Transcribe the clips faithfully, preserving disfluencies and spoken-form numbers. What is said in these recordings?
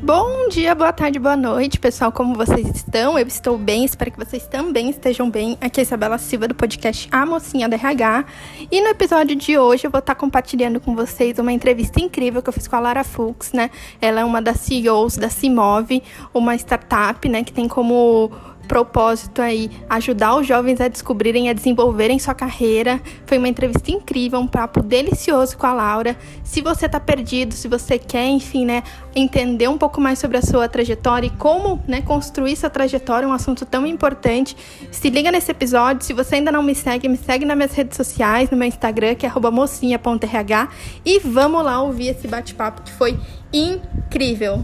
Bom dia, boa tarde, boa noite, pessoal, como vocês estão? Eu estou bem, espero que vocês também estejam bem. Aqui é a Isabela Silva do podcast A Mocinha da R H. E no episódio de hoje eu vou estar compartilhando com vocês uma entrevista incrível que eu fiz com a Lara Fuchs, né? Ela é uma das C E Os da Cimove, uma startup, né, que tem como propósito aí ajudar os jovens a descobrirem e a desenvolverem sua carreira. Foi uma entrevista incrível, um papo delicioso com a Laura. Se você tá perdido, se você quer, enfim, né, entender um pouco mais sobre a sua trajetória e como, né, construir sua trajetória, um assunto tão importante, se liga nesse episódio. Se você ainda não me segue, me segue nas minhas redes sociais, no meu Instagram, que é arroba mocinha ponto r h, e vamos lá ouvir esse bate-papo que foi incrível.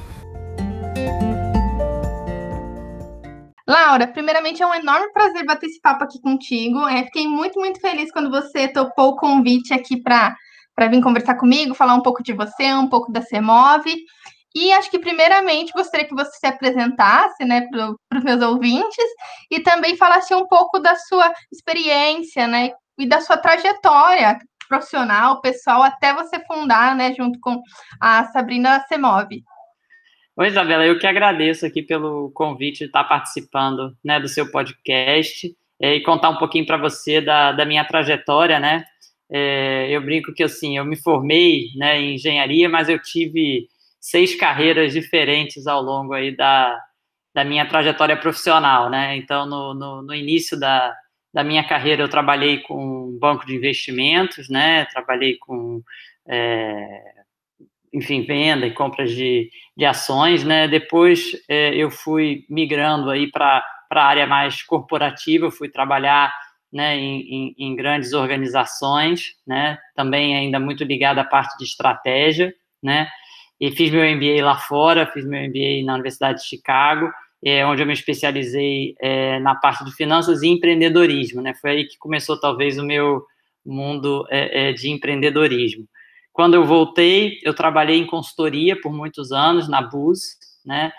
Laura, primeiramente é um enorme prazer bater esse papo aqui contigo. É, fiquei muito, muito feliz quando você topou o convite aqui para para vir conversar comigo, falar um pouco de você, um pouco da Cimove. E acho que, primeiramente, gostaria que você se apresentasse, né, para os meus ouvintes e também falasse um pouco da sua experiência, né, e da sua trajetória profissional, pessoal, até você fundar, né, junto com a Sabrina, a Cimove. Oi, Isabela, eu que agradeço aqui pelo convite de estar participando, né, do seu podcast é, e contar um pouquinho para você da, da minha trajetória, né? É, eu brinco que, assim, eu me formei, né, em engenharia, mas eu tive seis carreiras diferentes ao longo aí da, da minha trajetória profissional, né? Então, no, no, no início da, da minha carreira, eu trabalhei com um banco de investimentos, né? Trabalhei com... É, enfim, venda e compras de, de ações, né? Depois é, eu fui migrando aí para a área mais corporativa, eu fui trabalhar, né, em, em, em grandes organizações, né? Também ainda muito ligado à parte de estratégia, né? E fiz meu M B A lá fora, fiz meu M B A na Universidade de Chicago, é, onde eu me especializei é, na parte de finanças e empreendedorismo, né? Foi aí que começou talvez o meu mundo é, é, de empreendedorismo. Quando eu voltei, eu trabalhei em consultoria por muitos anos, na Booz, né,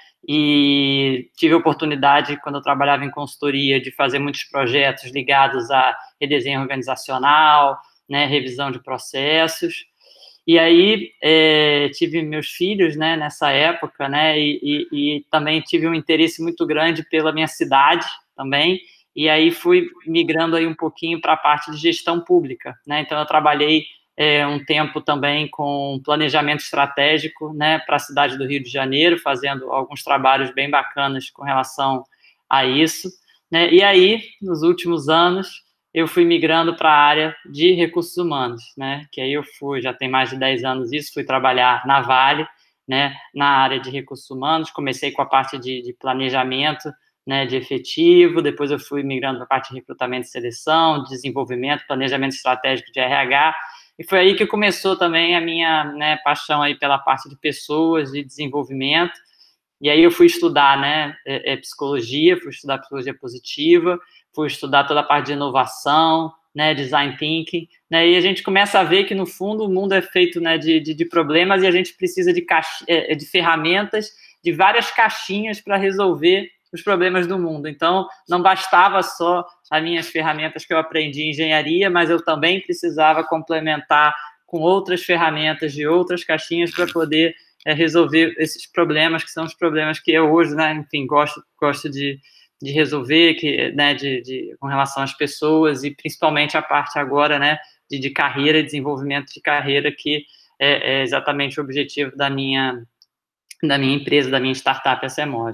e tive a oportunidade, quando eu trabalhava em consultoria, de fazer muitos projetos ligados a redesenho organizacional, né, revisão de processos, e aí é, tive meus filhos, né, nessa época, né, e, e, e também tive um interesse muito grande pela minha cidade também, e aí fui migrando aí um pouquinho para a parte de gestão pública, né, então eu trabalhei É, um tempo também com planejamento estratégico, né, para a cidade do Rio de Janeiro, fazendo alguns trabalhos bem bacanas com relação a isso, né, e aí, nos últimos anos, eu fui migrando para a área de recursos humanos, né, que aí eu fui, já tem mais de dez anos isso, fui trabalhar na Vale, né, na área de recursos humanos, comecei com a parte de, de planejamento, né, de efetivo, depois eu fui migrando para a parte de recrutamento e seleção, desenvolvimento, planejamento estratégico de R H, e foi aí que começou também a minha, né, paixão aí pela parte de pessoas, de desenvolvimento. E aí eu fui estudar, né, é, é, psicologia, fui estudar psicologia positiva, fui estudar toda a parte de inovação, né, design thinking, né, e a gente começa a ver que, no fundo, o mundo é feito, né, de, de, de problemas e a gente precisa de, caixa, de ferramentas, de várias caixinhas para resolver os problemas do mundo. Então, não bastava só as minhas ferramentas que eu aprendi em engenharia, mas eu também precisava complementar com outras ferramentas de outras caixinhas para poder é, resolver esses problemas, que são os problemas que eu hoje, né, enfim, gosto, gosto de, de resolver, que, né, de, de, com relação às pessoas e principalmente a parte agora, né, de, de carreira e desenvolvimento de carreira, que é, é exatamente o objetivo da minha, da minha empresa, da minha startup, a Cimove.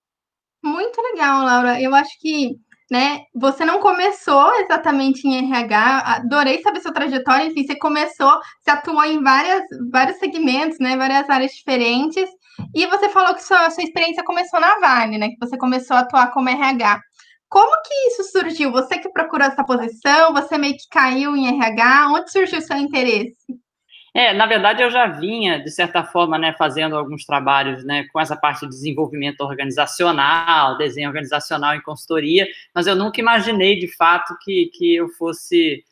Muito legal, Laura. Eu acho que, né, você não começou exatamente em R H, adorei saber sua trajetória, enfim, você começou, você atuou em várias, vários segmentos, né, várias áreas diferentes, e você falou que sua, sua experiência começou na Vale, né, que você começou a atuar como R H. Como que isso surgiu? Você que procurou essa posição, você meio que caiu em R H, onde surgiu o seu interesse? É, na verdade, eu já vinha, de certa forma, né, fazendo alguns trabalhos, né, com essa parte de desenvolvimento organizacional, desenho organizacional em consultoria, mas eu nunca imaginei, de fato, que, que eu fosse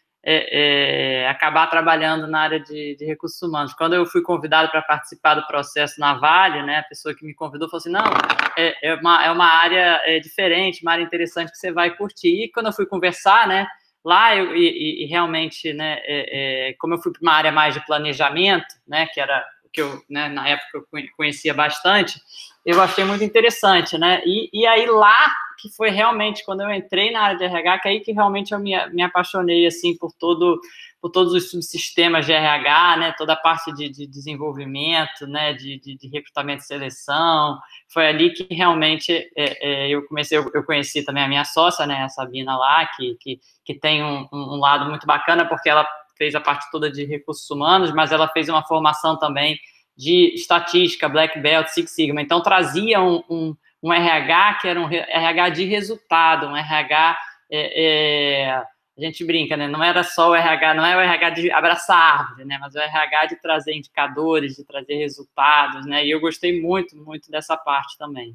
é, é, acabar trabalhando na área de, de recursos humanos. Quando eu fui convidado para participar do processo na Vale, né, a pessoa que me convidou falou assim, não, é, é, uma, é uma área é, diferente, uma área interessante que você vai curtir. E quando eu fui conversar, né, lá, eu, e, e realmente, né, é, é, como eu fui para uma área mais de planejamento, né, que era que eu, né, na época eu conhecia bastante, eu achei muito interessante, né? E, e aí lá que foi realmente quando eu entrei na área de R H, que aí que realmente eu me, me apaixonei assim por todo por todos os subsistemas de R H, né? Toda a parte de, de desenvolvimento, né? De, de, de recrutamento e seleção. Foi ali que realmente é, é, eu comecei, eu, eu conheci também a minha sócia, né? A Sabina lá, que, que, que tem um, um lado muito bacana, porque ela fez a parte toda de recursos humanos, mas ela fez uma formação também de estatística, Black Belt, Six Sigma. Então, trazia um, um, um R H que era um R H de resultado, um R H... É, é, a gente brinca, né? Não era só o R H, não é o R H de abraçar árvore, né? Mas o R H de trazer indicadores, de trazer resultados, né? E eu gostei muito, muito dessa parte também.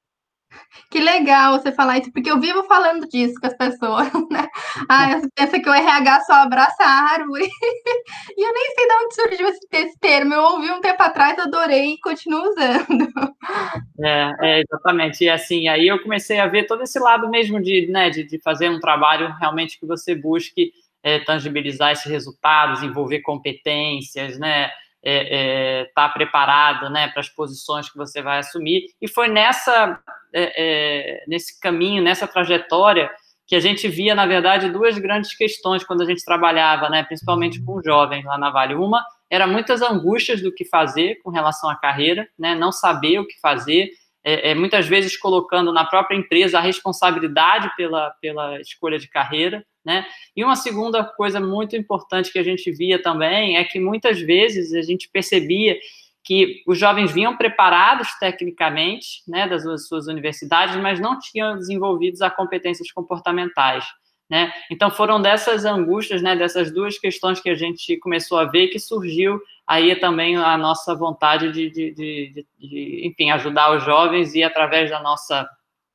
Que legal você falar isso, porque eu vivo falando disso com as pessoas, né? Ah, você pensa que o R H só abraça a árvore. E eu nem sei de onde surgiu esse, esse termo. Eu ouvi um tempo atrás, adorei e continuo usando. É, é, exatamente. E assim, aí eu comecei a ver todo esse lado mesmo de, né, de, de fazer um trabalho realmente que você busque é, tangibilizar esses resultados, envolver competências, né? É, é, tá preparado, né, para as posições que você vai assumir. E foi nessa, é, é, nesse caminho, nessa trajetória, que a gente via, na verdade, duas grandes questões quando a gente trabalhava, né, principalmente com jovens lá na Vale. Uma era muitas angústias do que fazer com relação à carreira, né, não saber o que fazer, é, é, muitas vezes colocando na própria empresa a responsabilidade pela, pela escolha de carreira, né? E uma segunda coisa muito importante que a gente via também é que muitas vezes a gente percebia que os jovens vinham preparados tecnicamente, né, das suas universidades, mas não tinham desenvolvido as competências comportamentais, né? Então foram dessas angústias, né, dessas duas questões que a gente começou a ver que surgiu aí também a nossa vontade de, de, de, de, de enfim, ajudar os jovens e através da nossa,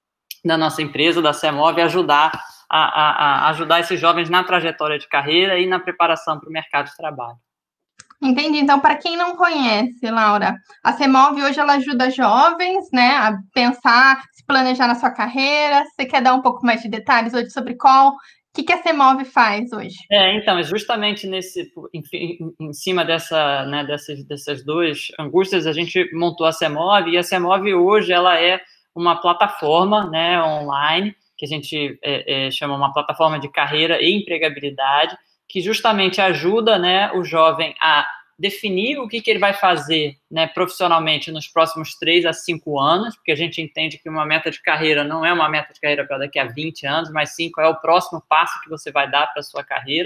da nossa empresa, da CEMOV, ajudar A, a, a ajudar esses jovens na trajetória de carreira e na preparação para o mercado de trabalho. Entendi. Então, para quem não conhece, Laura, a CEMOV hoje ela ajuda jovens, né, a pensar, se planejar na sua carreira. Você quer dar um pouco mais de detalhes hoje sobre qual, o que, que a CEMOV faz hoje? É, então, justamente nesse, enfim, em cima dessa, né, dessas, dessas duas angústias, a gente montou a CEMOV, e a CEMOV hoje ela é uma plataforma, né, online, que a gente é, é, chama uma plataforma de carreira e empregabilidade, que justamente ajuda, né, o jovem a definir o que, que ele vai fazer, né, profissionalmente nos próximos três a cinco anos, porque a gente entende que uma meta de carreira não é uma meta de carreira para daqui a vinte anos, mas sim qual é o próximo passo que você vai dar para a sua carreira,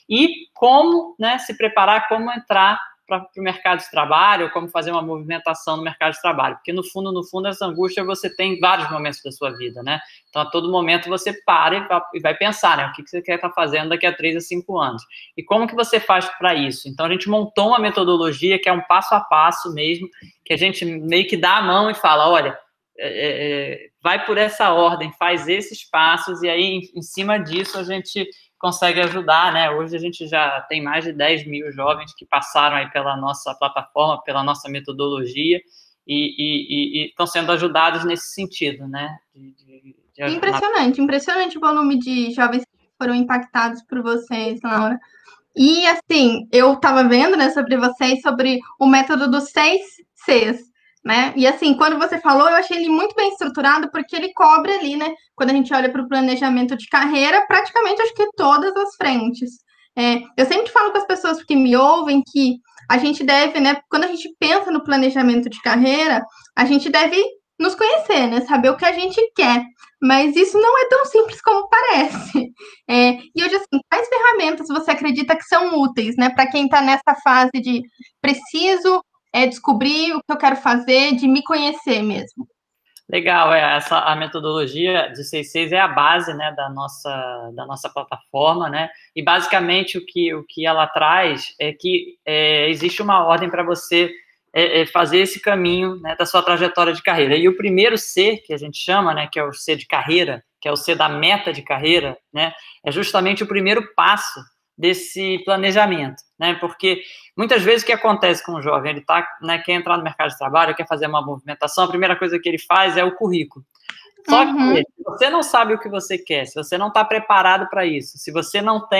e como, né, se preparar, como entrar para o mercado de trabalho, ou como fazer uma movimentação no mercado de trabalho, porque no fundo, no fundo, essa angústia você tem em vários momentos da sua vida, né? Então, a todo momento você para e vai pensar, né? O que você quer estar fazendo daqui a três a cinco anos. E como que você faz para isso? Então, a gente montou uma metodologia que é um passo a passo mesmo, que a gente meio que dá a mão e fala, olha, é, é, vai por essa ordem, faz esses passos, e aí, em, em cima disso, a gente consegue ajudar, né? Hoje a gente já tem mais de dez mil jovens que passaram aí pela nossa plataforma, pela nossa metodologia e estão sendo ajudados nesse sentido, né? De, de, de impressionante, impressionante o volume de jovens que foram impactados por vocês, Laura. E assim, eu estava vendo, né, sobre vocês, sobre o método dos seis Cs. Né? E assim, quando você falou, eu achei ele muito bem estruturado, porque ele cobre ali, né? Quando a gente olha para o planejamento de carreira, praticamente acho que todas as frentes. É, eu sempre falo com as pessoas que me ouvem que a gente deve, né? Quando a gente pensa no planejamento de carreira, a gente deve nos conhecer, né? Saber o que a gente quer. Mas isso não é tão simples como parece. É, e hoje, assim, quais ferramentas você acredita que são úteis, né? Para quem está nessa fase de preciso é descobrir o que eu quero fazer, de me conhecer mesmo. Legal, é, essa, a metodologia de seis seis é a base, né, da nossa, da nossa plataforma, né, e basicamente o que, o que ela traz é que é, existe uma ordem para você é, é fazer esse caminho, né, da sua trajetória de carreira, e o primeiro C, que a gente chama, né, que é o C de carreira, que é o C da meta de carreira, né, é justamente o primeiro passo desse planejamento, né? Porque muitas vezes o que acontece com o jovem, ele tá, né, quer entrar no mercado de trabalho, quer fazer uma movimentação, a primeira coisa que ele faz é o currículo. Só uhum. que se você não sabe o que você quer, se você não está preparado para isso, se você não tem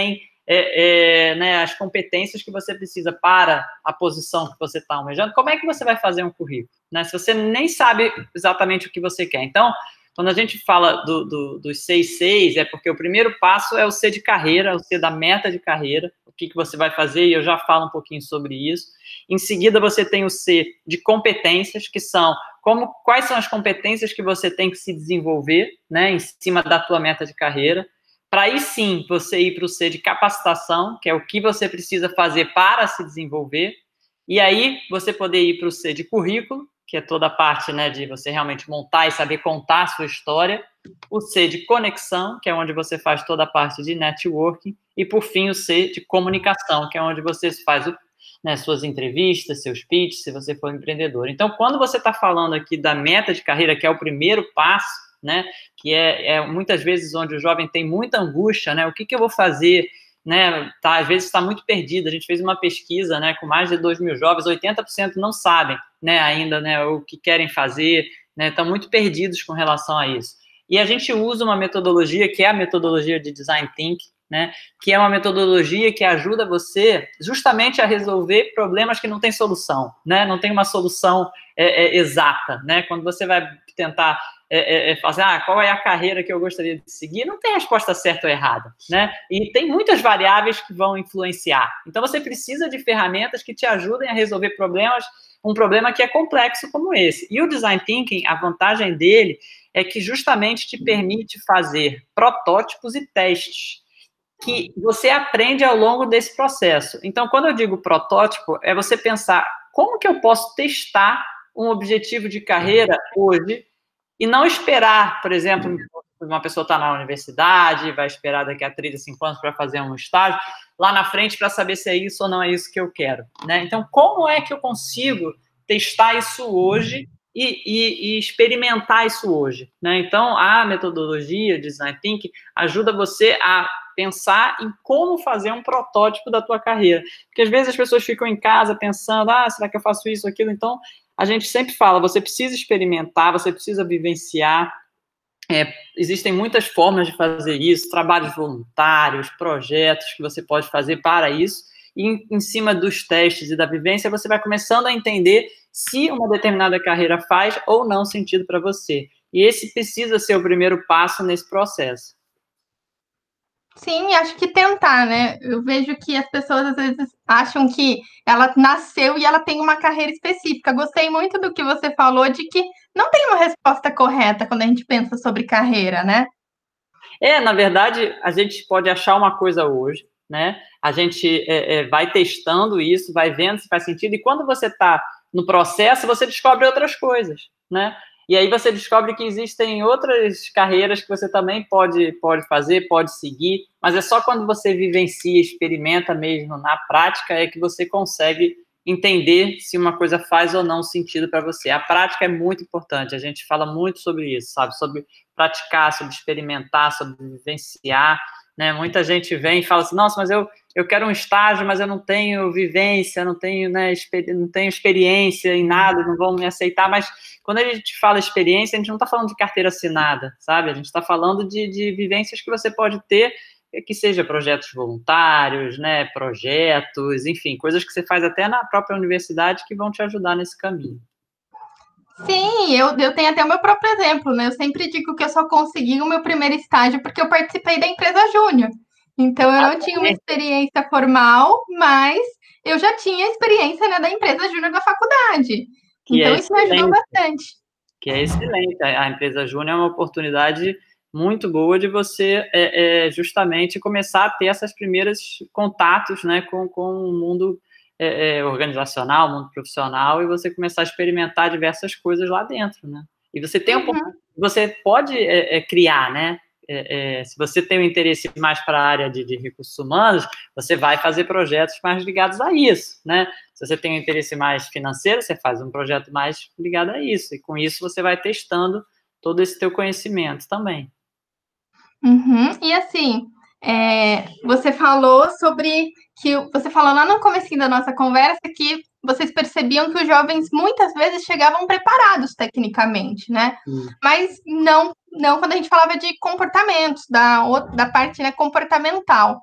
é, é, né, as competências que você precisa para a posição que você está almejando, como é que você vai fazer um currículo, né? Se você nem sabe exatamente o que você quer. Então, quando a gente fala do, do, dos seis seis, é porque o primeiro passo é o C de carreira, o C da meta de carreira, o que, que você vai fazer, e eu já falo um pouquinho sobre isso. Em seguida, você tem o C de competências, que são como, quais são as competências que você tem que se desenvolver, né, em cima da tua meta de carreira, para aí sim você ir para o C de capacitação, que é o que você precisa fazer para se desenvolver, e aí você poder ir para o C de currículo, que é toda a parte, né, de você realmente montar e saber contar a sua história, o C de conexão, que é onde você faz toda a parte de networking, e por fim o C de comunicação, que é onde você faz o, né, suas entrevistas, seus pitches, se você for empreendedor. Então, quando você está falando aqui da meta de carreira, que é o primeiro passo, né, que é, é muitas vezes onde o jovem tem muita angústia, né, o que, que eu vou fazer, né, tá, às vezes está muito perdido. A gente fez uma pesquisa, né, com mais de dois mil jovens, oitenta por cento não sabem, né, ainda, né, o que querem fazer, né, estão muito perdidos com relação a isso. E a gente usa uma metodologia que é a metodologia de Design Thinking, né, que é uma metodologia que ajuda você justamente a resolver problemas que não tem solução, né, não tem uma solução é, é, exata, né, quando você vai tentar é, é, fazer, ah, qual é a carreira que eu gostaria de seguir, não tem resposta certa ou errada, né, e tem muitas variáveis que vão influenciar, então você precisa de ferramentas que te ajudem a resolver problemas, um problema que é complexo como esse, e o Design Thinking, a vantagem dele é que justamente te permite fazer protótipos e testes, que você aprende ao longo desse processo. Então, quando eu digo protótipo, é você pensar como que eu posso testar um objetivo de carreira hoje e não esperar, por exemplo, uma pessoa está na universidade, vai esperar daqui a trinta, cinco anos para fazer um estágio, lá na frente para saber se é isso ou não é isso que eu quero, né? Então, como é que eu consigo testar isso hoje e, e, e experimentar isso hoje, né? Então, a metodologia Design Thinking ajuda você a pensar em como fazer um protótipo da tua carreira. Porque às vezes as pessoas ficam em casa pensando, ah, será que eu faço isso, aquilo? Então, a gente sempre fala, você precisa experimentar, você precisa vivenciar. É, existem muitas formas de fazer isso, trabalhos voluntários, projetos que você pode fazer para isso, e em, em cima dos testes e da vivência, você vai começando a entender se uma determinada carreira faz ou não sentido para você. E esse precisa ser o primeiro passo nesse processo. Sim, acho que tentar, né? Eu vejo que as pessoas às vezes acham que ela nasceu e ela tem uma carreira específica. Gostei muito do que você falou de que não tem uma resposta correta quando a gente pensa sobre carreira, né? É, na verdade, a gente pode achar uma coisa hoje, né? A gente é, é, vai testando isso, vai vendo se faz sentido, e quando você está no processo, você descobre outras coisas, né? E aí você descobre que existem outras carreiras que você também pode, pode fazer, pode seguir, mas é só quando você vivencia, experimenta mesmo na prática, é que você consegue entender se uma coisa faz ou não sentido para você. A prática é muito importante, a gente fala muito sobre isso, sabe? Sobre praticar, sobre experimentar, sobre vivenciar, né? Muita gente vem e fala assim, nossa, mas eu, eu quero um estágio, mas eu não tenho vivência, não tenho, né, experi não tenho experiência em nada, não vão me aceitar, mas quando a gente fala experiência, a gente não está falando de carteira assinada, sabe? A gente está falando de, de vivências que você pode ter, que seja projetos voluntários, né, projetos, enfim, coisas que você faz até na própria universidade que vão te ajudar nesse caminho. Sim, eu, eu tenho até o meu próprio exemplo, né? Eu sempre digo que eu só consegui o meu primeiro estágio porque eu participei da empresa Júnior. Então, eu não tinha uma experiência formal, mas eu já tinha experiência, né, da empresa Júnior da faculdade. Que então, é isso me ajudou bastante. Que é excelente. A empresa Júnior é uma oportunidade muito boa de você é, é, justamente começar a ter esses primeiros contatos, né, com, com o mundo é, é, organizacional, mundo profissional, e você começar a experimentar diversas coisas lá dentro, né? E você tem um, uhum. você pode é, é, criar, né? É, é, se você tem um interesse mais para a área de, de recursos humanos, você vai fazer projetos mais ligados a isso, né? Se você tem um interesse mais financeiro, você faz um projeto mais ligado a isso, e com isso você vai testando todo esse teu conhecimento também. Uhum. E assim, é, você falou sobre que, você falou lá no comecinho da nossa conversa que vocês percebiam que os jovens muitas vezes chegavam preparados tecnicamente, né? Hum. Mas não, não quando a gente falava de comportamentos, da, da parte, né, comportamental.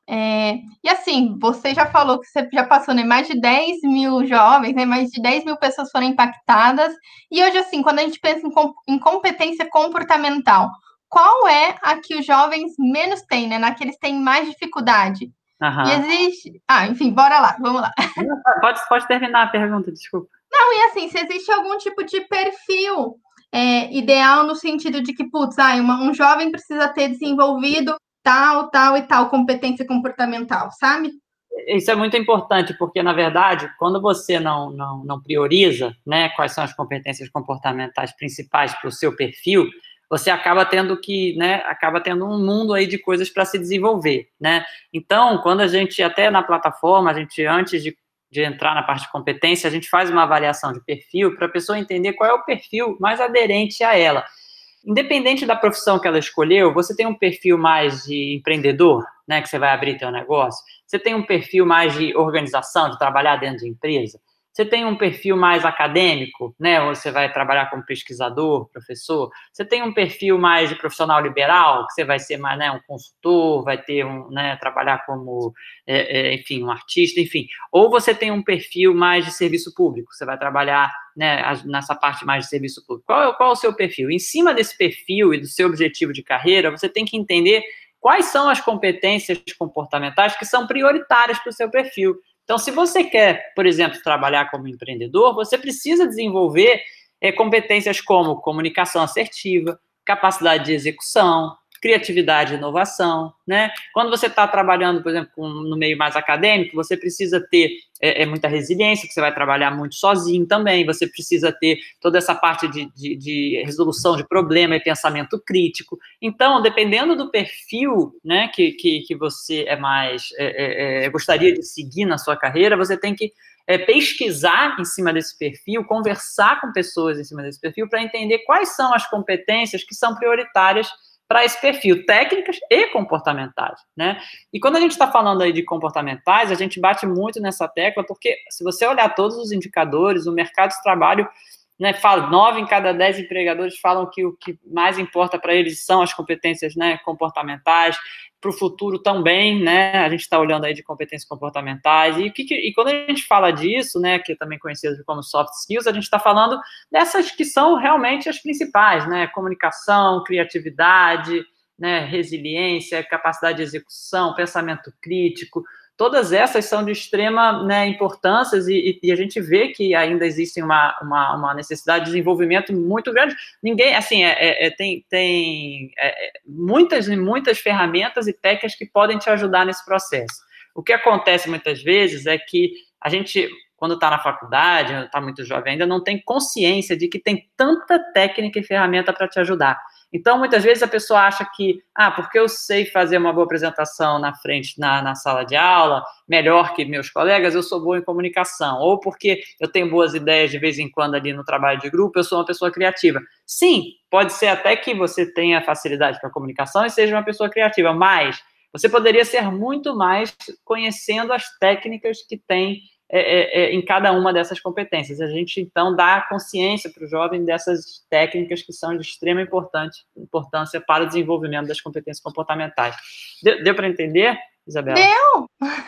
É, e assim, você já falou que você já passou, né, mais de dez mil jovens, né, mais de dez mil pessoas foram impactadas. E hoje, assim, quando a gente pensa em, com, em competência comportamental, qual é a que os jovens menos têm, né, na que eles têm mais dificuldade? E Aham. existe... Ah, enfim, bora lá, vamos lá. Pode, pode terminar a pergunta, desculpa. Não, e assim, se existe algum tipo de perfil é, ideal no sentido de que, putz, ah, uma, um jovem precisa ter desenvolvido tal, tal e tal competência comportamental, sabe? Isso é muito importante, porque, na verdade, quando você não, não, não prioriza, né, quais são as competências comportamentais principais para o seu perfil, você acaba tendo que, né, acaba tendo um mundo aí de coisas para se desenvolver, né? Então, quando a gente, até na plataforma, a gente, antes de, de entrar na parte de competência, a gente faz uma avaliação de perfil para a pessoa entender qual é o perfil mais aderente a ela. Independente da profissão que ela escolheu, você tem um perfil mais de empreendedor, né, que você vai abrir teu negócio. Você tem um perfil mais de organização, de trabalhar dentro de empresa. Você tem um perfil mais acadêmico, né, ou você vai trabalhar como pesquisador, professor. Você tem um perfil mais de profissional liberal, que você vai ser mais, né, um consultor, vai ter um, né, trabalhar como, é, é, enfim, um artista, enfim. Ou você tem um perfil mais de serviço público, você vai trabalhar, né, nessa parte mais de serviço público. Qual, qual é o seu perfil? Em cima desse perfil e do seu objetivo de carreira, você tem que entender quais são as competências comportamentais que são prioritárias para o seu perfil. Então, se você quer, por exemplo, trabalhar como empreendedor, você precisa desenvolver é, competências como comunicação assertiva, capacidade de execução, criatividade e inovação, né? Quando você está trabalhando, por exemplo, no meio mais acadêmico, você precisa ter é, é, muita resiliência, que você vai trabalhar muito sozinho também, você precisa ter toda essa parte de, de, de resolução de problema e pensamento crítico. Então, dependendo do perfil, né, que, que, que você é mais é, é, gostaria de seguir na sua carreira, você tem que é, pesquisar em cima desse perfil, conversar com pessoas em cima desse perfil para entender quais são as competências que são prioritárias para esse perfil, técnicas e comportamentais, né? E quando a gente está falando aí de comportamentais, a gente bate muito nessa tecla, porque se você olhar todos os indicadores, o mercado de trabalho, né, fala, nove em cada dez empregadores falam que o que mais importa para eles são as competências, né, comportamentais. Para o futuro também, né, a gente está olhando aí de competências comportamentais, e, que, e quando a gente fala disso, né, que é também conhecido como soft skills, a gente está falando dessas que são realmente as principais, né, comunicação, criatividade, né, resiliência, capacidade de execução, pensamento crítico, todas essas são de extrema, né, importância, e, e a gente vê que ainda existe uma, uma, uma necessidade de desenvolvimento muito grande. Ninguém, assim, é, é, tem, tem é, muitas e muitas ferramentas e técnicas que podem te ajudar nesse processo. O que acontece muitas vezes é que a gente, quando está na faculdade, está muito jovem ainda, não tem consciência de que tem tanta técnica e ferramenta para te ajudar. Então, muitas vezes a pessoa acha que, ah, porque eu sei fazer uma boa apresentação na frente, na, na sala de aula, melhor que meus colegas, eu sou boa em comunicação. Ou porque eu tenho boas ideias de vez em quando ali no trabalho de grupo, eu sou uma pessoa criativa. Sim, pode ser até que você tenha facilidade para comunicação e seja uma pessoa criativa, mas você poderia ser muito mais conhecendo as técnicas que tem É, é, é, em cada uma dessas competências. A gente, então, dá consciência para o jovem dessas técnicas que são de extrema importância para o desenvolvimento das competências comportamentais. Deu, deu para entender, Isabela? Deu!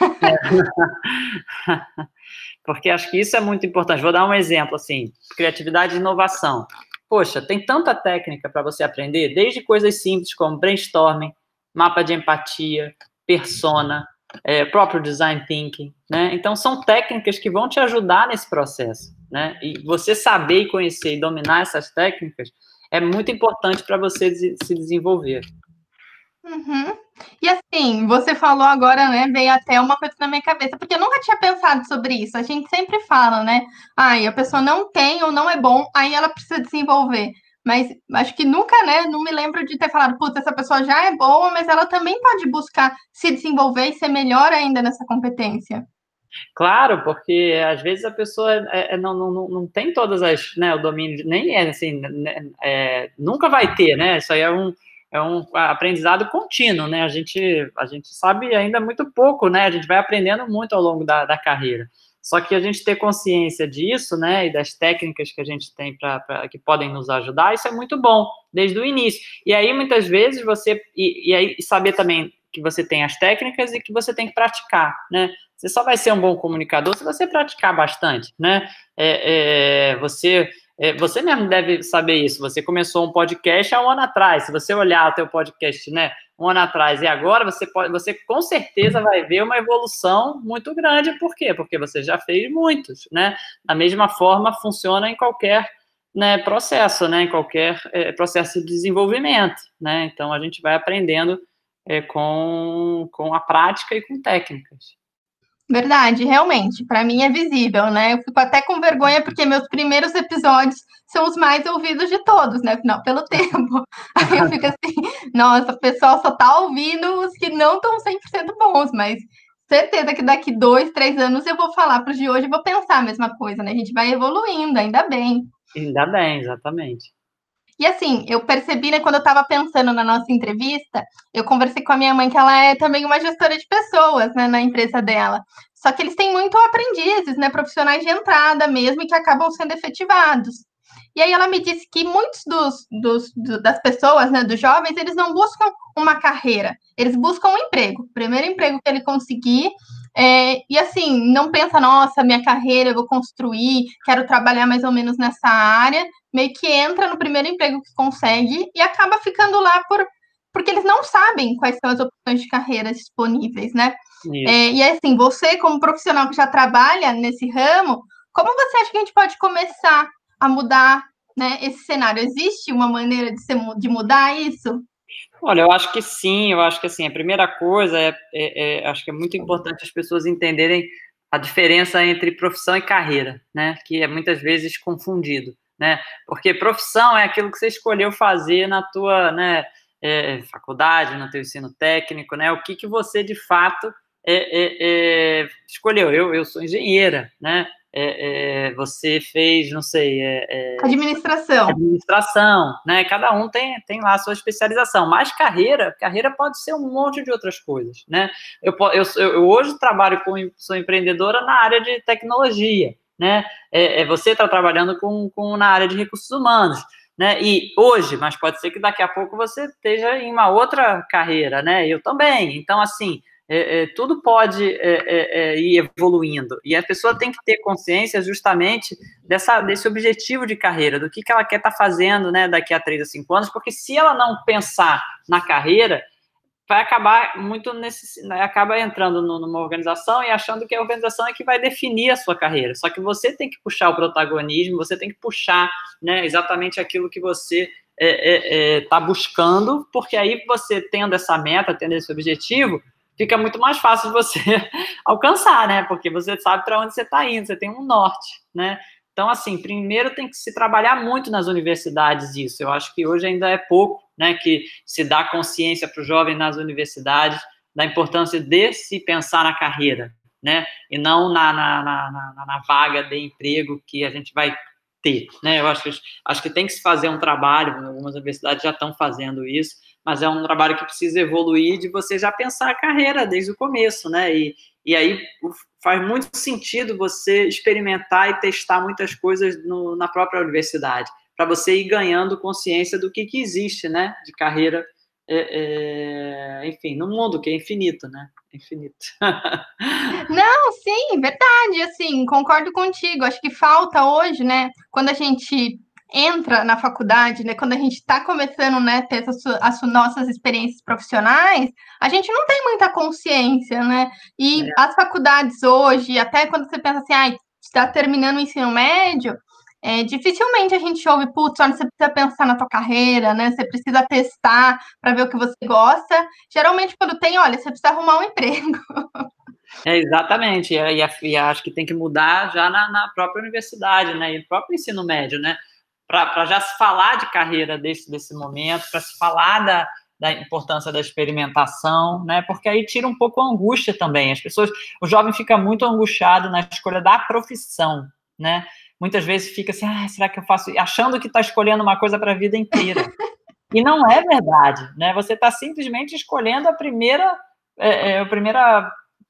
É. Porque acho que isso é muito importante. Vou dar um exemplo, assim, criatividade e inovação. Poxa, tem tanta técnica para você aprender, desde coisas simples como brainstorming, mapa de empatia, persona, É, próprio design thinking, né? Então, são técnicas que vão te ajudar nesse processo, né? E você saber e conhecer e dominar essas técnicas é muito importante para você se desenvolver. Uhum. E assim, você falou agora, né? Veio até uma coisa na minha cabeça, porque eu nunca tinha pensado sobre isso. A gente sempre fala, né? Ai, a pessoa não tem ou não é bom, aí ela precisa desenvolver. Mas acho que nunca, né? Não me lembro de ter falado, putz, essa pessoa já é boa, mas ela também pode buscar se desenvolver e ser melhor ainda nessa competência. Claro, porque às vezes a pessoa é, é, não, não, não tem todas as, né, o domínio, nem é assim, né, é, nunca vai ter, né? Isso aí é um, é um aprendizado contínuo, né? A gente, a gente sabe ainda muito pouco, né? A gente vai aprendendo muito ao longo da, da carreira. Só que a gente ter consciência disso, né, e das técnicas que a gente tem para que podem nos ajudar, isso é muito bom, desde o início. E aí, muitas vezes, você, e, e aí saber também que você tem as técnicas e que você tem que praticar, né? Você só vai ser um bom comunicador se você praticar bastante, né? É, é, você, é, você mesmo deve saber isso. Você começou um podcast há um ano atrás. Se você olhar o teu podcast, né, um ano atrás e agora, você, pode, você com certeza vai ver uma evolução muito grande. Por quê? Porque você já fez muitos, né? Da mesma forma, funciona em qualquer, né, processo, né? Em qualquer é, processo de desenvolvimento, né? Então, a gente vai aprendendo é, com, com a prática e com técnicas. Verdade, realmente, para mim é visível, né? Eu fico até com vergonha porque meus primeiros episódios são os mais ouvidos de todos, né? Não, pelo tempo. Aí eu fico assim, nossa, o pessoal só tá ouvindo os que não estão cem por cento bons, mas certeza que daqui dois, três anos eu vou falar para os de hoje e vou pensar a mesma coisa, né? A gente vai evoluindo, ainda bem. Ainda bem, exatamente. E assim, eu percebi, né, quando eu estava pensando na nossa entrevista, eu conversei com a minha mãe, que ela é também uma gestora de pessoas, né, na empresa dela. Só que eles têm muito aprendizes, né, profissionais de entrada mesmo, e que acabam sendo efetivados. E aí ela me disse que muitos dos, dos, do, das pessoas, né, dos jovens, eles não buscam uma carreira, eles buscam um emprego. O primeiro emprego que ele conseguir, é, e assim, não pensa, nossa, minha carreira eu vou construir, quero trabalhar mais ou menos nessa área, meio que entra no primeiro emprego que consegue e acaba ficando lá por, porque eles não sabem quais são as opções de carreira disponíveis, né? É, e assim, você como profissional que já trabalha nesse ramo, como você acha que a gente pode começar a mudar, né, esse cenário? Existe uma maneira de, ser, de mudar isso? Olha, eu acho que sim, eu acho que assim, a primeira coisa é, é, é, acho que é muito importante as pessoas entenderem a diferença entre profissão e carreira, né, que é muitas vezes confundido, né, porque profissão é aquilo que você escolheu fazer na tua, né, é, faculdade, no teu ensino técnico, né, o que que você de fato é, é, é, escolheu. Eu, eu sou engenheira, né, é, é, você fez, não sei... É, é, administração. Administração, né? Cada um tem, tem lá a sua especialização, mas carreira, carreira pode ser um monte de outras coisas, né? Eu, eu, eu hoje trabalho com, sou empreendedora na área de tecnologia, né? É, é, você está trabalhando com, com, na área de recursos humanos, né? E hoje, mas pode ser que daqui a pouco você esteja em uma outra carreira, né? Eu também. Então, assim, É, é, tudo pode é, é, ir evoluindo, e a pessoa tem que ter consciência justamente dessa, desse objetivo de carreira, do que, que ela quer estar tá fazendo, né, daqui a três a cinco anos, porque se ela não pensar na carreira, vai acabar muito nesse, acaba entrando numa organização e achando que a organização é que vai definir a sua carreira, só que você tem que puxar o protagonismo, você tem que puxar, né, exatamente aquilo que você está é, é, é, buscando, porque aí você tendo essa meta, tendo esse objetivo, fica muito mais fácil de você alcançar, né? Porque você sabe para onde você está indo, você tem um norte, né? Então, assim, primeiro tem que se trabalhar muito nas universidades isso. Eu acho que hoje ainda é pouco, né, que se dá consciência para o jovem nas universidades da importância de se pensar na carreira, né? E não na, na, na, na, na vaga de emprego que a gente vai ter, né? Eu acho que, acho que tem que se fazer um trabalho, algumas universidades já estão fazendo isso, mas é um trabalho que precisa evoluir de você já pensar a carreira desde o começo, né? E, e aí faz muito sentido você experimentar e testar muitas coisas no, na própria universidade, para você ir ganhando consciência do que, que existe, né? De carreira, é, é, enfim, no mundo que é infinito, né? Infinito. Não, sim, verdade, assim, concordo contigo. Acho que falta hoje, né, quando a gente entra na faculdade, né, quando a gente está começando, né, ter as, as nossas experiências profissionais, a gente não tem muita consciência, né? E é. As faculdades hoje, até quando você pensa assim, ah, está terminando o ensino médio, é, dificilmente a gente ouve, putz, olha, você precisa pensar na tua carreira, né? Você precisa testar para ver o que você gosta. Geralmente, quando tem, olha, você precisa arrumar um emprego. É, exatamente, e, e acho que tem que mudar já na, na própria universidade, né? E no próprio ensino médio, né? Para já se falar de carreira desse, desse momento, para se falar da, da importância da experimentação, né? Porque aí tira um pouco a angústia também. As pessoas, o jovem fica muito angustiado na escolha da profissão, né? Muitas vezes fica assim, ah, será que eu faço? Achando que está escolhendo uma coisa para a vida inteira. E não é verdade, né? Você está simplesmente escolhendo a primeira, é, é, a primeira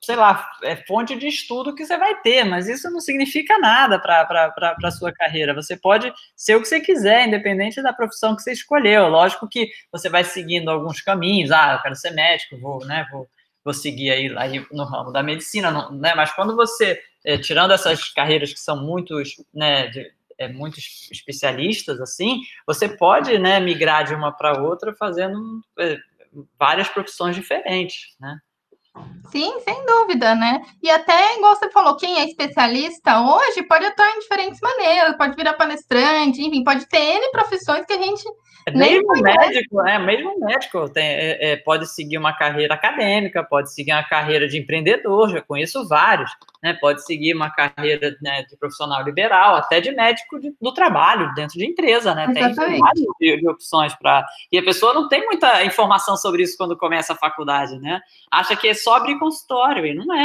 sei lá, é fonte de estudo que você vai ter, mas isso não significa nada para a sua carreira. Você pode ser o que você quiser, independente da profissão que você escolheu. Lógico que você vai seguindo alguns caminhos. Ah, eu quero ser médico, vou, né, vou, vou seguir aí, aí no ramo da medicina, não, né? Mas quando você, é, tirando essas carreiras que são muitos, né, de, é, muitos especialistas, assim, você pode, né, migrar de uma para outra fazendo é, várias profissões diferentes, né? Sim, sem dúvida, né? E até, igual você falou, quem é especialista hoje pode atuar em diferentes maneiras, pode virar palestrante, enfim, pode ter N profissões que a gente é nem mesmo conhece. médico, é mesmo médico tem, é, é, pode seguir uma carreira acadêmica, pode seguir uma carreira de empreendedor, já conheço vários, né? Pode seguir uma carreira, né, de profissional liberal, até de médico de, do trabalho, dentro de empresa, né? Exatamente. Tem várias de, de opções para... E a pessoa não tem muita informação sobre isso quando começa a faculdade, né? Acha que é só abrir consultório, e não é.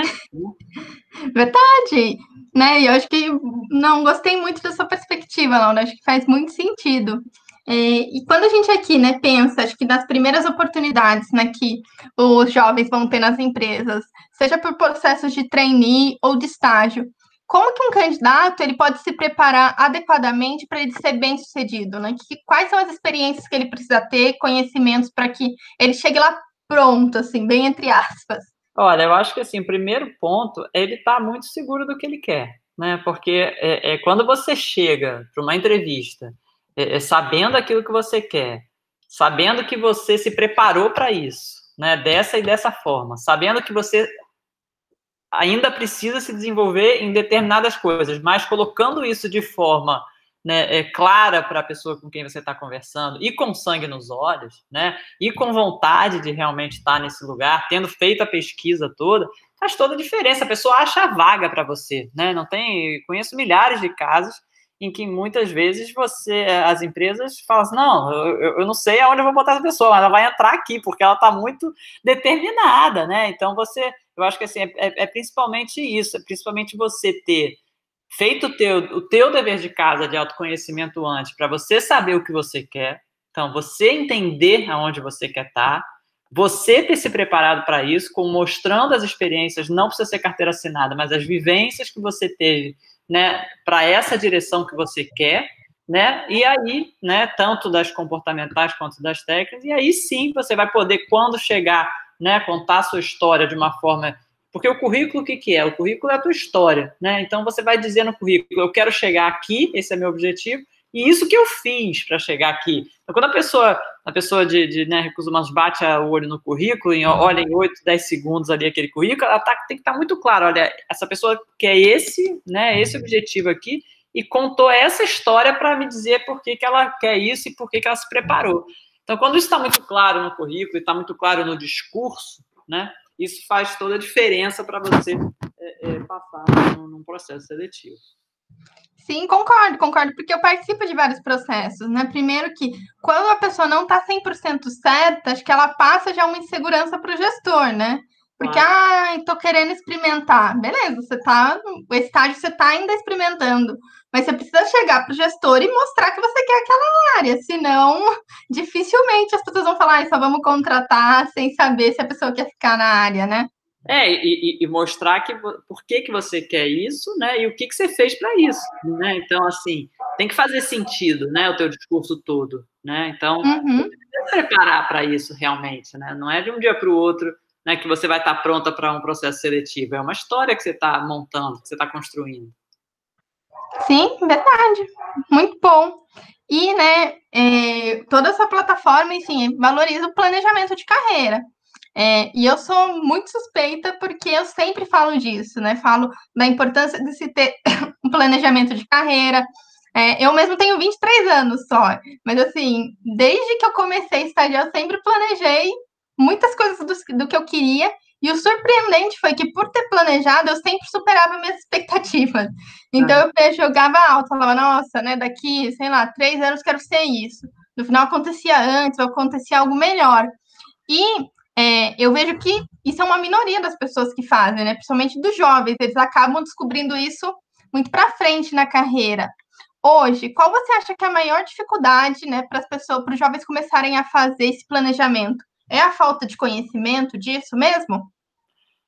Né? Verdade, né? E eu acho que não gostei muito da sua perspectiva, Laura, acho que faz muito sentido. É, e quando a gente aqui, né, pensa, acho que nas primeiras oportunidades, né, que os jovens vão ter nas empresas, seja por processos de trainee ou de estágio, como que um candidato ele pode se preparar adequadamente para ele ser bem sucedido, né? Que, quais são as experiências que ele precisa ter, conhecimentos para que ele chegue lá pronto, assim, bem entre aspas? Olha, eu acho que assim, o primeiro ponto é ele estar muito seguro do que ele quer, né? Porque é, é quando você chega para uma entrevista é, é, sabendo aquilo que você quer, sabendo que você se preparou para isso, né? Dessa e dessa forma, sabendo que você ainda precisa se desenvolver em determinadas coisas, mas colocando isso de forma, né, é, clara para a pessoa com quem você está conversando, e com sangue nos olhos, né, e com vontade de realmente estar nesse lugar, tendo feito a pesquisa toda, faz toda a diferença. A pessoa acha a vaga para você, né? Não tem, conheço milhares de casos em que muitas vezes você, as empresas falam assim, não, eu, eu não sei aonde eu vou botar essa pessoa, mas ela vai entrar aqui, porque ela está muito determinada, né? Então, você, eu acho que assim, é, é principalmente isso, é principalmente você ter feito o teu, o teu dever de casa de autoconhecimento antes, para você saber o que você quer, então, você entender aonde você quer estar, você ter se preparado para isso, com, mostrando as experiências, não precisa ser carteira assinada, mas as vivências que você teve, né, para essa direção que você quer, né, e aí, né, tanto das comportamentais quanto das técnicas, e aí sim você vai poder, quando chegar, né, contar a sua história de uma forma... Porque o currículo, o que, que é? O currículo é a tua história, né? Então, você vai dizer no currículo, eu quero chegar aqui, esse é meu objetivo, e isso que eu fiz para chegar aqui. Então, quando a pessoa, a pessoa de, de né, recursos humanos bate o olho no currículo, e olha em oito, dez segundos ali aquele currículo, ela tá, tem que estar tá muito claro, olha, essa pessoa quer esse, né, esse objetivo aqui, e contou essa história para me dizer por que, que ela quer isso e por que, que ela se preparou. Então, quando isso está muito claro no currículo e está muito claro no discurso, né, isso faz toda a diferença para você é, é, passar num, num processo seletivo. Sim, concordo, concordo, porque eu participo de vários processos, né? Primeiro que, quando a pessoa não está cem por cento certa, acho que ela passa já uma insegurança para o gestor, né? Porque, ah, estou querendo experimentar. Beleza, você tá, o estágio você está ainda experimentando, mas você precisa chegar para o gestor e mostrar que você quer aquela área, senão, dificilmente as pessoas vão falar, ah, só vamos contratar sem saber se a pessoa quer ficar na área, né? É, e, e mostrar que, por que, que você quer isso, né, e o que, que você fez para isso, né, então, assim, tem que fazer sentido, né, o teu discurso todo, né, então, uhum. Você precisa preparar para isso realmente, né, não é de um dia para o outro, né, que você vai estar pronta para um processo seletivo, é uma história que você está montando, que você está construindo. Sim, verdade, muito bom. E, né, é, toda essa plataforma, enfim, valoriza o planejamento de carreira. É, e eu sou muito suspeita porque eu sempre falo disso, né? Falo da importância de se ter um planejamento de carreira. É, eu mesmo tenho vinte e três anos só, mas assim, desde que eu comecei a estagiar, eu sempre planejei muitas coisas do, do que eu queria. E o surpreendente foi que, por ter planejado, eu sempre superava minhas expectativas. Então, eu jogava alto, falava, nossa, né, daqui, sei lá, três anos quero ser isso. No final, acontecia antes, ou acontecia algo melhor. E é, eu vejo que isso é uma minoria das pessoas que fazem, né? Principalmente dos jovens, eles acabam descobrindo isso muito para frente na carreira. Hoje, qual você acha que é a maior dificuldade, né, para as pessoas, para os jovens começarem a fazer esse planejamento? É a falta de conhecimento disso mesmo?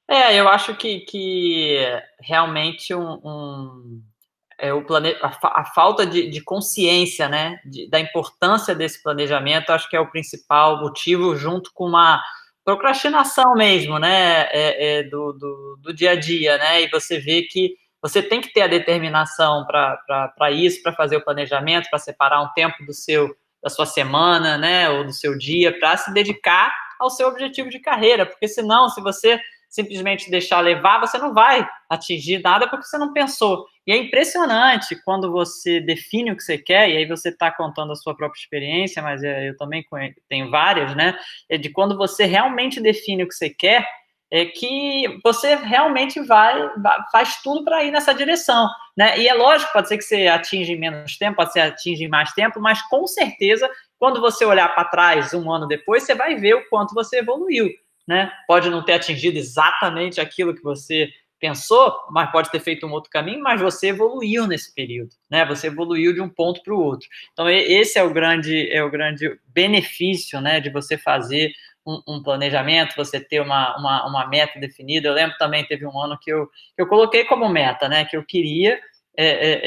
É, eu acho que, que realmente um, um é, o plane... a, fa... a falta de, de consciência, né, de, da importância desse planejamento, acho que é o principal motivo, junto com uma procrastinação mesmo, né, é, é do, do, do dia a dia, né, e você vê que você tem que ter a determinação para isso, para fazer o planejamento, para separar um tempo do seu, da sua semana, né, ou do seu dia, para se dedicar ao seu objetivo de carreira, porque senão, se você simplesmente deixar levar, você não vai atingir nada porque você não pensou. E é impressionante quando você define o que você quer, e aí você está contando a sua própria experiência, mas eu também tenho várias, né? É de quando você realmente define o que você quer, é que você realmente vai, faz tudo para ir nessa direção, né? E é lógico, pode ser que você atinja em menos tempo, pode ser que atinja em mais tempo, mas com certeza, quando você olhar para trás um ano depois, você vai ver o quanto você evoluiu. Né? Pode não ter atingido exatamente aquilo que você pensou, mas pode ter feito um outro caminho, mas você evoluiu nesse período, né? Você evoluiu de um ponto para o outro. Então, esse é o grande, é o grande benefício, né, de você fazer um, um planejamento, você ter uma, uma, uma meta definida. Eu lembro também, teve um ano que eu, que eu coloquei como meta, né, que eu queria É, é,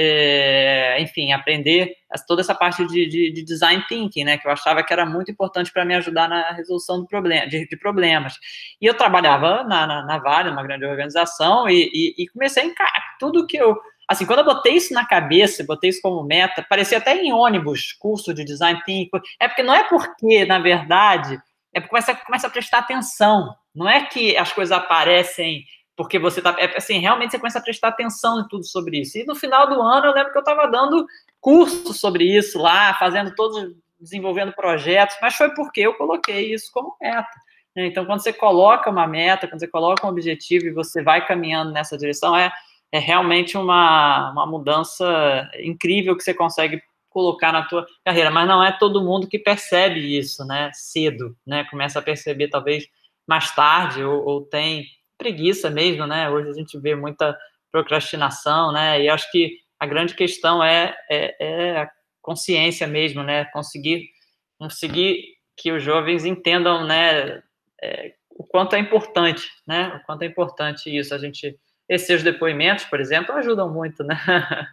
é, enfim, aprender toda essa parte de, de, de design thinking, né, que eu achava que era muito importante para me ajudar na resolução do problema, de, de problemas. E eu trabalhava na, na, na Vale, uma grande organização, e, e, e comecei a encarar tudo que eu... Assim, quando eu botei isso na cabeça, botei isso como meta, parecia até em ônibus, curso de design thinking, é porque não é porque, na verdade, é porque você começa a prestar atenção, não é que as coisas aparecem porque você tá, é, assim, realmente você começa a prestar atenção em tudo sobre isso. E no final do ano eu lembro que eu estava dando cursos sobre isso lá, fazendo todos, desenvolvendo projetos, mas foi porque eu coloquei isso como meta. Né? Então, quando você coloca uma meta, quando você coloca um objetivo e você vai caminhando nessa direção, é, é realmente uma, uma mudança incrível que você consegue colocar na tua carreira, mas não é todo mundo que percebe isso, né, cedo, né, começa a perceber talvez mais tarde, ou, ou tem preguiça mesmo, né? Hoje a gente vê muita procrastinação, né? E acho que a grande questão é, é, é a consciência mesmo, né? Conseguir, conseguir que os jovens entendam, né? É, o quanto é importante, né? O quanto é importante isso. A gente, esses seus depoimentos, por exemplo, ajudam muito, né?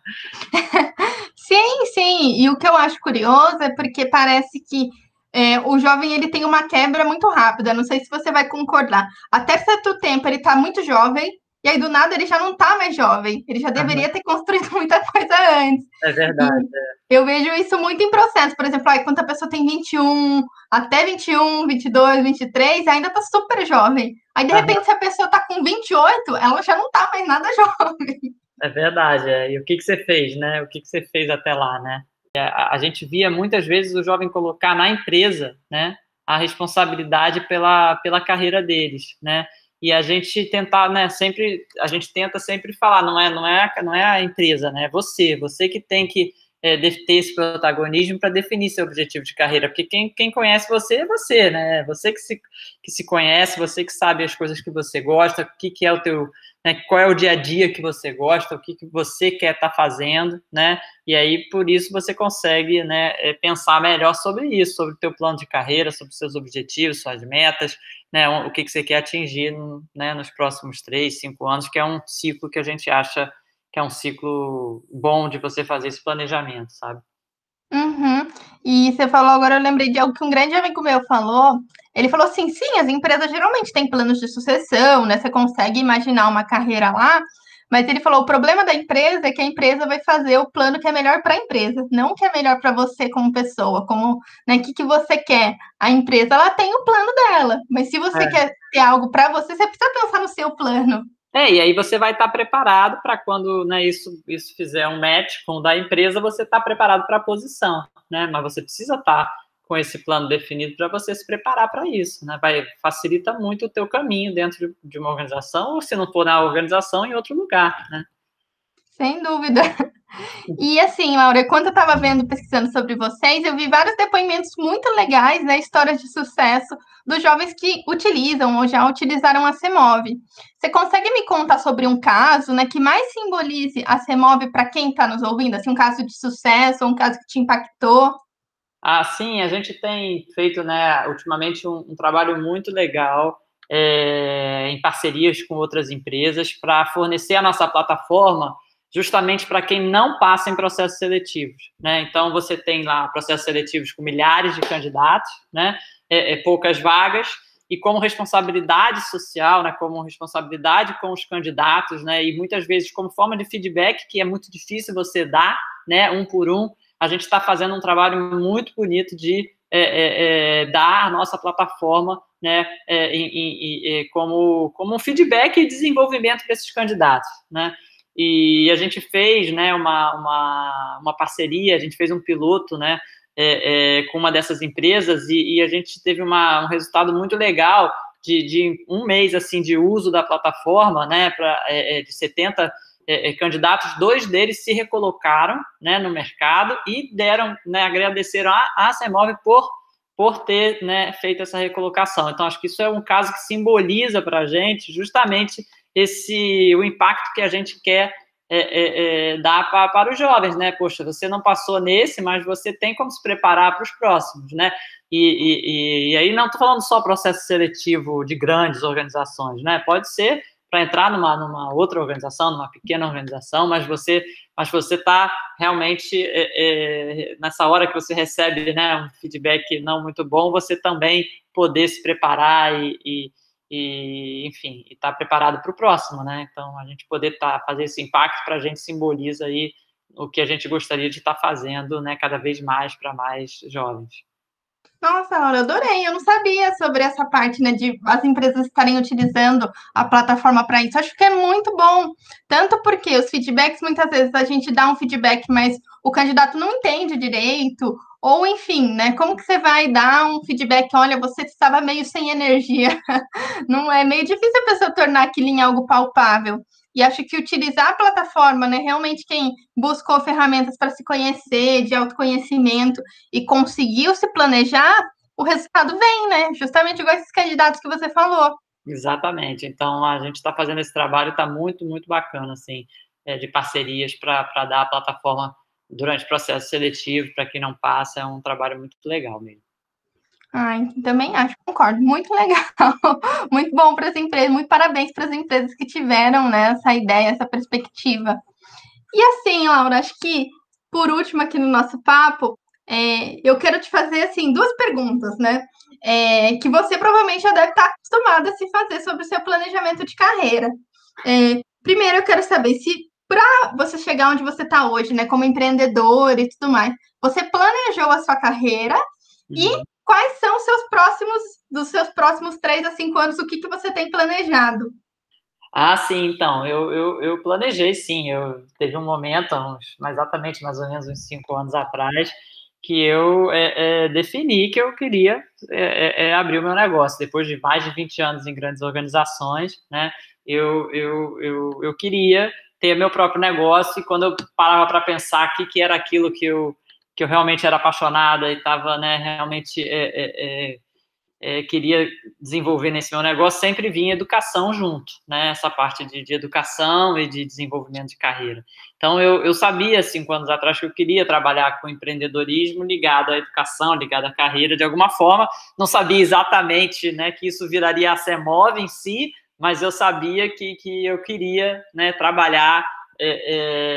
Sim, sim. E o que eu acho curioso é porque parece que é, o jovem ele tem uma quebra muito rápida. Não sei se você vai concordar. Até certo tempo ele está muito jovem, e aí do nada ele já não está mais jovem. Ele já deveria ter construído muita coisa antes. É verdade. E eu vejo isso muito em processo. Por exemplo, aí, quando a pessoa tem vinte e um, até vinte e um, vinte e dois, vinte e três, ainda está super jovem. Aí, de repente, se a pessoa está com vinte e oito, ela já não está mais nada jovem. É verdade, é. E o que, que você fez, né? O que, que você fez até lá, né? A, a gente via muitas vezes o jovem colocar na empresa, né, a responsabilidade pela, pela carreira deles, né? E a gente tentar, né, sempre, a gente tenta sempre falar, não é, não é, não é a empresa, né? É você, você que tem que é, ter esse protagonismo para definir seu objetivo de carreira, porque quem, quem conhece você é você, né? Você que se, que se conhece, você que sabe as coisas que você gosta, o que, que é o teu, né, qual é o dia a dia que você gosta, o que, que você quer estar tá fazendo, né? E aí, por isso, você consegue, né, pensar melhor sobre isso, sobre o teu plano de carreira, sobre os seus objetivos, suas metas, né, o que, que você quer atingir, né, nos próximos três, cinco anos, que é um ciclo que a gente acha que é um ciclo bom de você fazer esse planejamento, sabe? Uhum. E você falou agora, eu lembrei de algo que um grande amigo meu falou. Ele falou assim: sim, as empresas geralmente têm planos de sucessão, né? Você consegue imaginar uma carreira lá, mas ele falou: o problema da empresa é que a empresa vai fazer o plano que é melhor para a empresa, não o que é melhor para você como pessoa, como, né, o que, que você quer. A empresa ela tem o plano dela, mas se você É. quer ter algo para você, você precisa pensar no seu plano. É, e aí você vai estar preparado para quando, né, isso, isso fizer um match com o da empresa, você está preparado para a posição, né? Mas você precisa estar com esse plano definido para você se preparar para isso, né? Vai, facilita muito o teu caminho dentro de, de uma organização, ou se não for na organização, em outro lugar, né? Sem dúvida. E assim, Laura, quando eu estava vendo, pesquisando sobre vocês, eu vi vários depoimentos muito legais, né, histórias de sucesso dos jovens que utilizam ou já utilizaram a Semove. Você consegue me contar sobre um caso, né, que mais simbolize a Semove para quem está nos ouvindo? Assim, um caso de sucesso, ou um caso que te impactou? Ah, sim, a gente tem feito, né, ultimamente um, um trabalho muito legal é, em parcerias com outras empresas para fornecer a nossa plataforma justamente para quem não passa em processos seletivos, né? Então, você tem lá processos seletivos com milhares de candidatos, né? É, é, poucas vagas, e como responsabilidade social, né? Como responsabilidade com os candidatos, né? E muitas vezes como forma de feedback, que é muito difícil você dar, né? Um por um, a gente está fazendo um trabalho muito bonito de é, é, é, dar a nossa plataforma, né? É, em, em, em, como, como um feedback e desenvolvimento para esses candidatos, né? E a gente fez, né, uma, uma, uma parceria, a gente fez um piloto, né, é, é, com uma dessas empresas e, e a gente teve uma, um resultado muito legal de, de um mês, assim, de uso da plataforma, né, pra, é, de setenta é, candidatos, dois deles se recolocaram, né, no mercado e deram, né, agradeceram a, a Semov por, por ter, né, feito essa recolocação. Então, acho que isso é um caso que simboliza para a gente justamente esse, o impacto que a gente quer é, é, é, dar pra, para os jovens, né? Poxa, você não passou nesse, mas você tem como se preparar para os próximos, né? E, e, e aí não estou falando só processo seletivo de grandes organizações, né? Pode ser para entrar numa, numa outra organização, numa pequena organização, mas você mas você está realmente é, é, nessa hora que você recebe, né, um feedback não muito bom, você também poder se preparar e, e E, enfim, estar tá preparado para o próximo, né? Então, a gente poder tá, fazer esse impacto para a gente simboliza aí o que a gente gostaria de estar tá fazendo, né? Cada vez mais para mais jovens. Nossa, Laura, eu adorei. Eu não sabia sobre essa parte, né, de as empresas estarem utilizando a plataforma para isso. Acho que é muito bom. Tanto porque os feedbacks, muitas vezes a gente dá um feedback, mas o candidato não entende direito, ou enfim, né? Como que você vai dar um feedback? Olha, você estava meio sem energia. Não é meio difícil a pessoa tornar aquilo em algo palpável. E acho que utilizar a plataforma, né? Realmente quem buscou ferramentas para se conhecer, de autoconhecimento e conseguiu se planejar, o resultado vem, né? Justamente igual esses candidatos que você falou. Exatamente. Então, a gente está fazendo esse trabalho, está muito, muito bacana, assim, é, de parcerias para dar a plataforma durante o processo seletivo, para quem não passa, é um trabalho muito legal mesmo. Ai, também acho, concordo. Muito legal. Muito bom para as empresas. Muito parabéns para as empresas que tiveram, né, essa ideia, essa perspectiva. E assim, Laura, acho que por último aqui no nosso papo, é, eu quero te fazer assim duas perguntas, né? É, que você provavelmente já deve estar acostumada a se fazer sobre o seu planejamento de carreira. É, primeiro, eu quero saber se para você chegar onde você está hoje, né, como empreendedor e tudo mais, você planejou a sua carreira e Uhum. quais são os seus próximos, dos seus próximos três a cinco anos, o que, que você tem planejado? Ah, sim, então, eu, eu, eu planejei, sim, eu teve um momento, uns, exatamente mais ou menos uns cinco anos atrás, que eu é, é, defini que eu queria é, é, abrir o meu negócio, depois de mais de vinte anos em grandes organizações, né, eu, eu, eu, eu queria ter meu próprio negócio, e quando eu parava para pensar o que, que era aquilo que eu, que eu realmente era apaixonada e estava, né, realmente é, é, é, É, queria desenvolver nesse meu negócio, sempre vinha educação junto, né? Essa parte de, de educação e de desenvolvimento de carreira. Então, eu, eu sabia, cinco anos atrás, que eu queria trabalhar com empreendedorismo ligado à educação, ligado à carreira, de alguma forma. Não sabia exatamente, né, que isso viraria a Semov em si, mas eu sabia que, que eu queria, né, trabalhar é,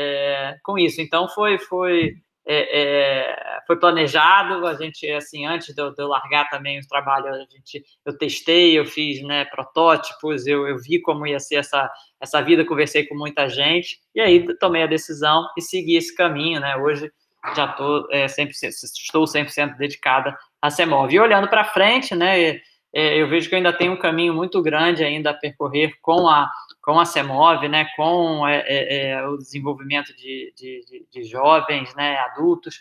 é, com isso. Então, foi... foi É, é, foi planejado, a gente, assim, antes de eu, de eu largar também os trabalhos, a gente, eu testei, eu fiz, né, protótipos, eu, eu vi como ia ser essa, essa vida, conversei com muita gente, e aí tomei a decisão e segui esse caminho, né, hoje já tô, é, cem por cento, estou cem por cento dedicada a Semov. E olhando para frente, né, é, eu vejo que eu ainda tenho um caminho muito grande ainda a percorrer com a com a Semov, né, com é, é, o desenvolvimento de, de, de jovens, né, adultos,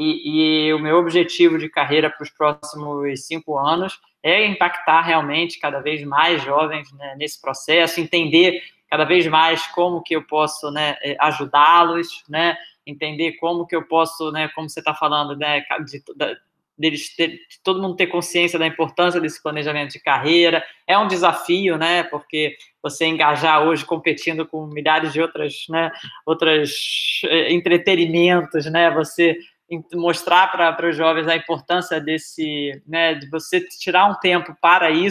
e, e o meu objetivo de carreira para os próximos cinco anos é impactar realmente cada vez mais jovens, né, nesse processo, entender cada vez mais como que eu posso, né, ajudá-los, né, entender como que eu posso, né, como você está falando, né, de, de, deles ter, de todo mundo ter consciência da importância desse planejamento de carreira. É um desafio, né, porque você engajar hoje competindo com milhares de outras, né, outras eh, entretenimentos, né, você mostrar para os jovens a importância desse, né, de você tirar um tempo para isso,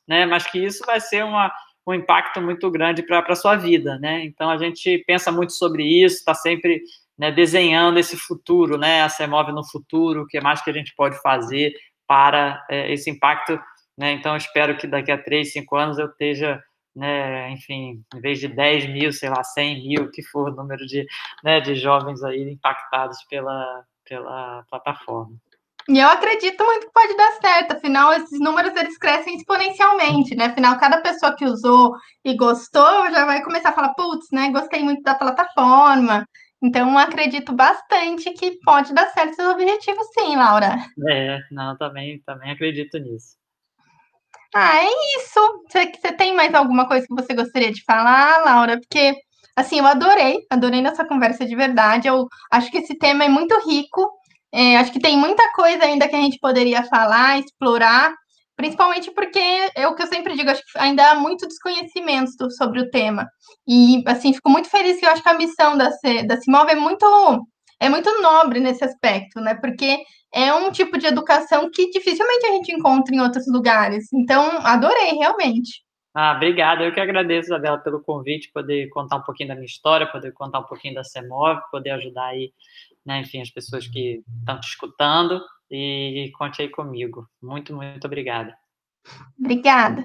né? Mas que isso vai ser uma, um impacto muito grande para a sua vida, né? Então, a gente pensa muito sobre isso, está sempre, né, desenhando esse futuro, né? A Semov no futuro, o que mais que a gente pode fazer para é, esse impacto, né? Então, eu espero que daqui a três, cinco anos eu esteja, né, enfim, em vez de dez mil, sei lá, cem mil, que for o número de, né, de jovens aí impactados pela, pela plataforma. E eu acredito muito que pode dar certo, afinal, esses números eles crescem exponencialmente, né? Afinal, cada pessoa que usou e gostou já vai começar a falar, putz, né? Gostei muito da plataforma. Então, acredito bastante que pode dar certo esses objetivos, sim, Laura. É, não, também, também acredito nisso. Ah, é isso. Você, você tem mais alguma coisa que você gostaria de falar, Laura? Porque, assim, eu adorei, adorei nossa conversa de verdade. Eu acho que esse tema é muito rico. É, acho que tem muita coisa ainda que a gente poderia falar, explorar, principalmente porque é o que eu sempre digo, acho que ainda há muito desconhecimento do- sobre o tema. E, assim, fico muito feliz que eu acho que a missão da, C- da Cimov é muito, é muito nobre nesse aspecto, né? Porque é um tipo de educação que dificilmente a gente encontra em outros lugares. Então, adorei, realmente. Ah, obrigado. Eu que agradeço, Isabela, pelo convite, poder contar um pouquinho da minha história, poder contar um pouquinho da Semov, poder ajudar aí, né, enfim, as pessoas que estão te escutando, e conte aí comigo. Muito, muito obrigado. Obrigada.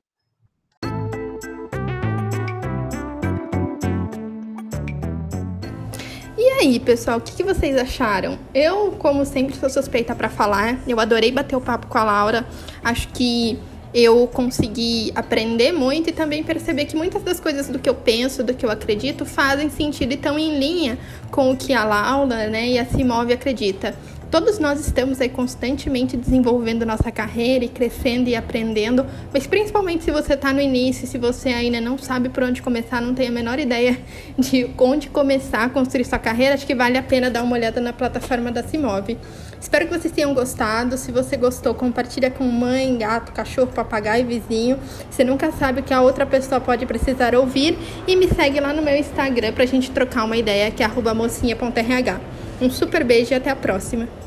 E aí, pessoal, o que, que vocês acharam? Eu, como sempre, sou suspeita para falar. Eu adorei bater o papo com a Laura. Acho que eu consegui aprender muito e também perceber que muitas das coisas do que eu penso, do que eu acredito, fazem sentido e estão em linha com o que a Laura, né, e a Cimov acredita. Todos nós estamos aí constantemente desenvolvendo nossa carreira e crescendo e aprendendo, mas principalmente se você está no início, se você ainda não sabe por onde começar, não tem a menor ideia de onde começar a construir sua carreira, acho que vale a pena dar uma olhada na plataforma da Cimov. Espero que vocês tenham gostado. Se você gostou, compartilha com mãe, gato, cachorro, papagaio, vizinho. Você nunca sabe o que a outra pessoa pode precisar ouvir. E me segue lá no meu Instagram pra gente trocar uma ideia, que é arroba mocinha ponto r h. Um super beijo e até a próxima.